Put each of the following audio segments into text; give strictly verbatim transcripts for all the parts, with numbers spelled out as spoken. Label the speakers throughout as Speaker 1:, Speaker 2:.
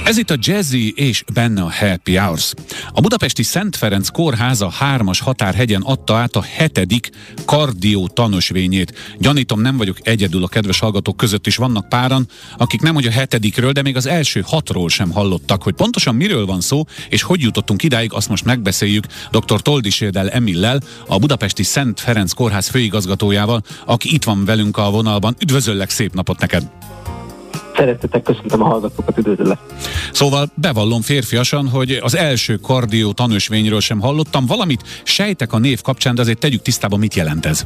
Speaker 1: Ez itt a Jazzy és benne a Happy Hours. A budapesti Szent Ferenc kórház a hármas határhegyen adta át a hetedik kardió tanösvényét. Gyanítom, nem vagyok egyedül, a kedves hallgatók között is vannak páran, akik nem hogy a hetedikről, de még az első hatról sem hallottak. Hogy pontosan miről van szó, és hogy jutottunk idáig, azt most megbeszéljük dr. Toldisérdel Emillel, a budapesti Szent Ferenc kórház főigazgatójával, aki itt van velünk a vonalban. Üdvözöllek, szép napot neked!
Speaker 2: Szeretettel köszöntöm a hallgatókat, üdvözöllek!
Speaker 1: Szóval bevallom férfiasan, hogy az első kardió tanösvényről sem hallottam. Valamit sejtek a név kapcsán, de azért tegyük tisztába, mit jelent ez.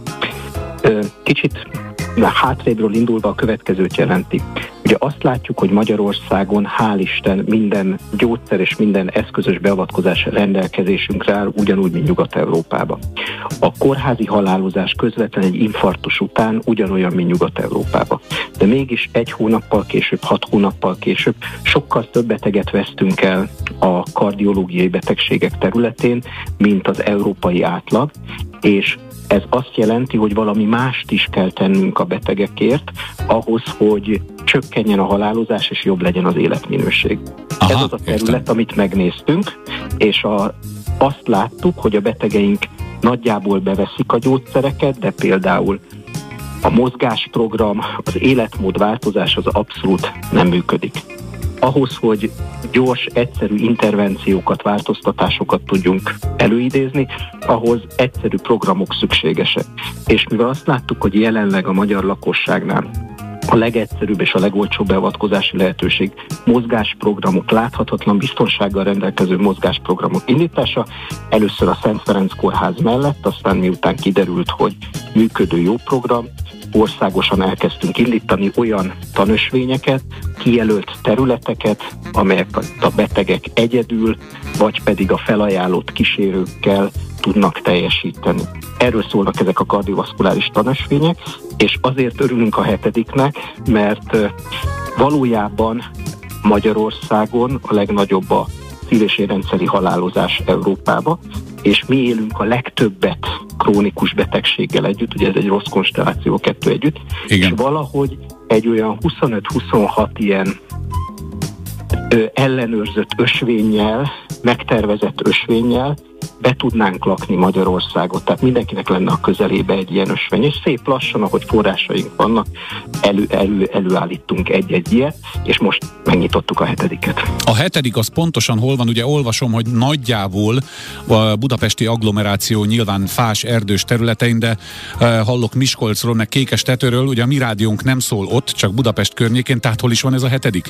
Speaker 2: Kicsit hátrébről indulva a következőt jelenti. Ugye azt látjuk, hogy Magyarországon hál' Isten minden gyógyszer és minden eszközös beavatkozás rendelkezésünkre áll, ugyanúgy, mint Nyugat-Európában. A kórházi halálozás közvetlen egy infarktus után ugyanolyan, mint Nyugat-Európában. De mégis egy hónappal később, hat hónappal később sokkal több beteget vesztünk el a kardiológiai betegségek területén, mint az európai átlag, és ez azt jelenti, hogy valami mást is kell tennünk a betegekért, ahhoz, hogy csökkenjen a halálozás, és jobb legyen az életminőség. Aha, ez az a terület, értem. Amit megnéztünk, és a, azt láttuk, hogy a betegeink nagyjából beveszik a gyógyszereket, de például a mozgásprogram, az életmódváltozás az abszolút nem működik. Ahhoz, hogy gyors, egyszerű intervenciókat, változtatásokat tudjunk előidézni, ahhoz egyszerű programok szükségesek. És mivel azt láttuk, hogy jelenleg a magyar lakosságnál a legegyszerűbb és a legolcsóbb beavatkozási lehetőség mozgásprogramok, láthatatlan biztonsággal rendelkező mozgásprogramok indítása, először a Szent Ferenc kórház mellett, aztán miután kiderült, hogy működő jó program, országosan elkezdtünk indítani olyan tanösvényeket, kijelölt területeket, amelyek a betegek egyedül, vagy pedig a felajánlott kísérőkkel tudnak teljesíteni. Erről szólnak ezek a kardiovaszkuláris tanösvények, és azért örülünk a hetediknek, mert valójában Magyarországon a legnagyobb a szív- és érrendszeri halálozás Európába, és mi élünk a legtöbbet krónikus betegséggel együtt, ugye ez egy rossz konstelláció a kettő együtt, igen. És valahogy egy olyan huszonöt-huszonhat ilyen ö, ellenőrzött ösvénnyel, megtervezett ösvénnyel be tudnánk lakni Magyarországot, tehát mindenkinek lenne a közelébe egy ilyen ösvény, és szép lassan, ahogy forrásaink vannak, elő, elő, előállítunk egy-egy ilyet, és megnyitottuk a hetediket.
Speaker 1: A hetedik az pontosan hol van? Ugye olvasom, hogy nagyjából a budapesti agglomeráció nyilván fás, erdős területein, de uh, hallok Miskolcról, meg Kékestetőről, ugye a mi rádiónk nem szól ott, csak Budapest környékén, tehát hol is van ez a hetedik?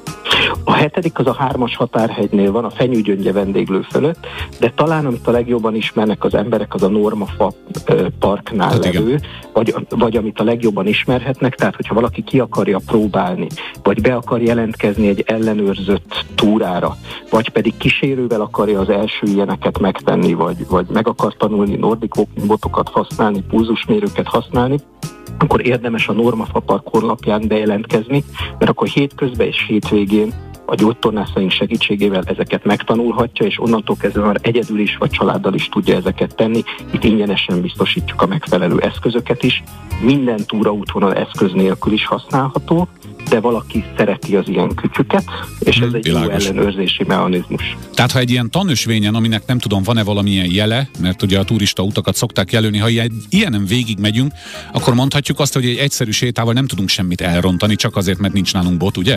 Speaker 2: A hetedik az a hármas határhegynél van, a Fenyőgyöngye vendéglő fölött, de talán amit a legjobban ismernek az emberek, az a Normafa parknál hát levő, vagy, vagy amit a legjobban ismerhetnek, tehát hogyha valaki ki akarja próbálni, vagy be akar jelentkezni egy ellenőrzött túrára, vagy pedig kísérővel akarja az első ilyeneket megtenni, vagy, vagy meg akar tanulni nordic walking botokat használni, pulzusmérőket használni, akkor érdemes a Normafa Park honlapján bejelentkezni, mert akkor hétközben és hétvégén a gyógytornászaink segítségével ezeket megtanulhatja, és onnantól kezdve már egyedül is vagy családdal is tudja ezeket tenni. Itt ingyenesen biztosítjuk a megfelelő eszközöket is. Minden túraútvonal eszköz nélkül is használható, de valaki szereti az ilyen kütyüket, és ez hmm, egy világos. Jó ellenőrzési mechanizmus.
Speaker 1: Tehát ha egy ilyen tanösvényen, aminek nem tudom, van-e valamilyen jele, mert ugye a turista utakat szokták jelölni, ha egy ilyenen végig megyünk, akkor mondhatjuk azt, hogy egy egyszerű sétával nem tudunk semmit elrontani, csak azért, mert nincs nálunk bot, ugye?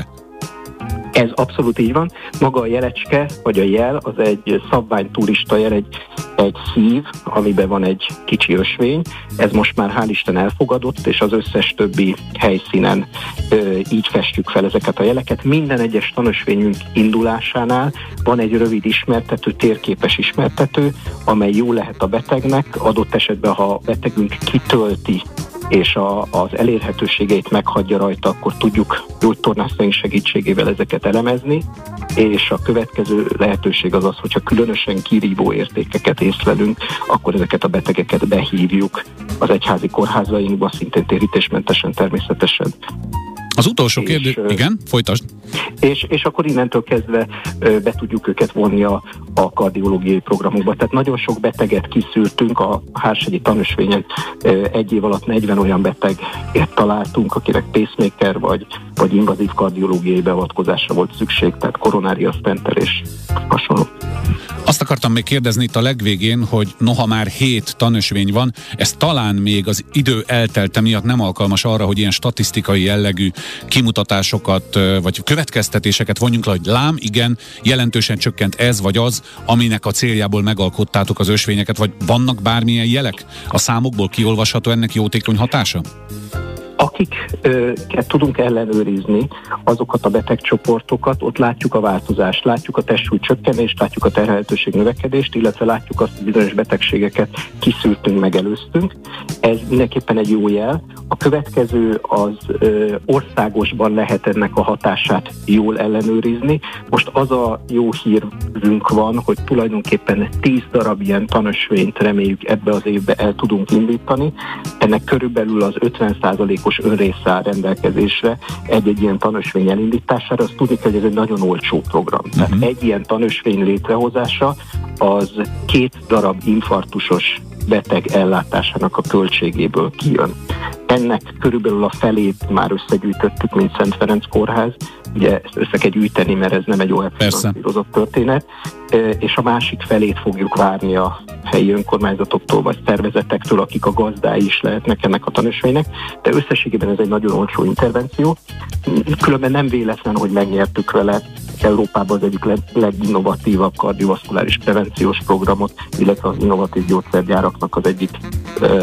Speaker 2: Ez abszolút így van. Maga a jelecske, vagy a jel, az egy szabvány turista jel, egy, egy szív, amiben van egy kicsi ösvény. Ez most már hál' Isten elfogadott, és az összes többi helyszínen ö, így festjük fel ezeket a jeleket. Minden egyes tanösvényünk indulásánál van egy rövid ismertető, térképes ismertető, amely jó lehet a betegnek, adott esetben, ha a betegünk kitölti és a, az elérhetőségeit meghagyja rajta, akkor tudjuk gyógytornászaink segítségével ezeket elemezni, és a következő lehetőség az az, hogyha különösen kirívó értékeket észlelünk, akkor ezeket a betegeket behívjuk az egyházi kórházainkba, szintén térítésmentesen természetesen.
Speaker 1: Az utolsó kérdés, igen, folytasd.
Speaker 2: És, és akkor innentől kezdve be tudjuk őket vonni a, a kardiológiai programokba. Tehát nagyon sok beteget kiszűrtünk a Hárshegyi tanösvényen, egy év alatt negyven olyan beteget találtunk, akinek pacemaker vagy, vagy invazív kardiológiai beavatkozásra volt szükség, tehát koronária sztentelés hasonló.
Speaker 1: Azt akartam még kérdezni itt a legvégén, hogy noha már hét tanösvény van, ez talán még az idő eltelte miatt nem alkalmas arra, hogy ilyen statisztikai jellegű kimutatásokat vagy következtetéseket vonjunk le, hogy lám, igen, jelentősen csökkent ez vagy az, aminek a céljából megalkottátok az ösvényeket, vagy vannak bármilyen jelek? A számokból kiolvasható ennek jótékony hatása?
Speaker 2: Akiket tudunk ellenőrizni, azokat a betegcsoportokat, ott látjuk a változást, látjuk a testsúly csökkenést, látjuk a terhelhetőség növekedést, illetve látjuk azt, hogy bizonyos betegségeket kiszűrtünk, megelőztünk. Ez mindenképpen egy jó jel. A következő az ö, országosban lehet ennek a hatását jól ellenőrizni. Most az a jó hírünk van, hogy tulajdonképpen tíz darab ilyen tanösvényt reméljük ebbe az évbe el tudunk indítani. Ennek körülbelül az ötven százalékos önrész áll rendelkezésre egy-egy ilyen tanösvény elindítására. Azt tudni kell, hogy ez egy nagyon olcsó program. Uh-huh. Tehát egy ilyen tanösvény létrehozása az két darab infarktusos beteg ellátásának a költségéből kijön. Ennek körülbelül a felét már összegyűjtöttük, mint Szent Ferenc Kórház. Ugye ezt össze kell gyűjteni, mert ez nem egy olyan finanszírozott történet. És a másik felét fogjuk várni a helyi önkormányzatoktól vagy szervezetektől, akik a gazdái is lehetnek ennek a tanösvénynek. De összességében ez egy nagyon olcsó intervenció. Különben nem véletlen, hogy megnyertük vele Európában az egyik leg, leginnovatívabb kardiovaszkuláris prevenciós programot, illetve az innovatív gyógyszergyáraknak az egyik uh,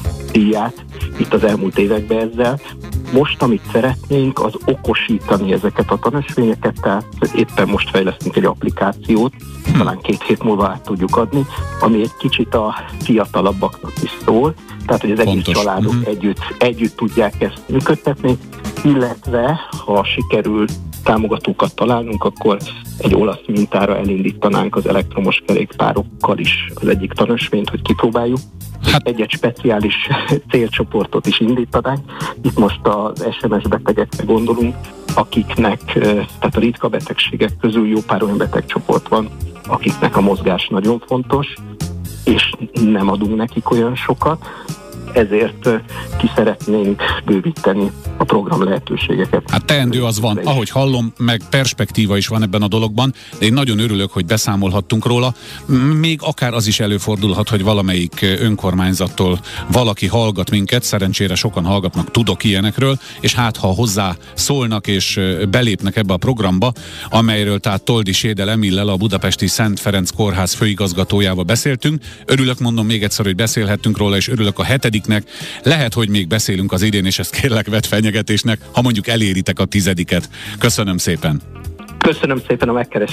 Speaker 2: díját itt az elmúlt években ezzel. Most, amit szeretnénk, az okosítani ezeket a tanösvényeket, tehát éppen most fejlesztünk egy applikációt, talán két hét múlva át tudjuk adni, ami egy kicsit a fiatalabbaknak is szól, tehát hogy az egész Pontos. családok uh-huh. együtt, együtt tudják ezt működtetni, illetve ha sikerül támogatókat találnunk, akkor egy olasz mintára elindítanánk az elektromos kerékpárokkal is az egyik tanösvényt, hogy kipróbáljuk. Hát. Egy-egy speciális célcsoportot is indítanánk. Itt most az es em es betegekre gondolunk, akiknek, tehát a ritka betegségek közül jó pár olyan betegcsoport van, akiknek a mozgás nagyon fontos, és nem adunk nekik olyan sokat, ezért ki szeretnénk bővíteni a program lehetőségeket.
Speaker 1: Hát teendő az van, ahogy hallom, meg perspektíva is van ebben a dologban, de én nagyon örülök, hogy beszámolhattunk róla. Még akár az is előfordulhat, hogy valamelyik önkormányzattól valaki hallgat minket, szerencsére sokan hallgatnak, tudok ilyenekről, és hát ha hozzá szólnak és belépnek ebbe a programba, amelyről tehát Toldy Sédel Emillel, a budapesti Szent Ferenc Kórház főigazgatójával beszéltünk. Örülök, mondom még egyszer, hogy beszélhettünk róla, és örülök a hetedik. Lehet, hogy még beszélünk az idén, és ezt kérlek vett fenyegetésnek, ha mondjuk eléritek a tizediket. Köszönöm szépen!
Speaker 2: Köszönöm szépen a megkeresést!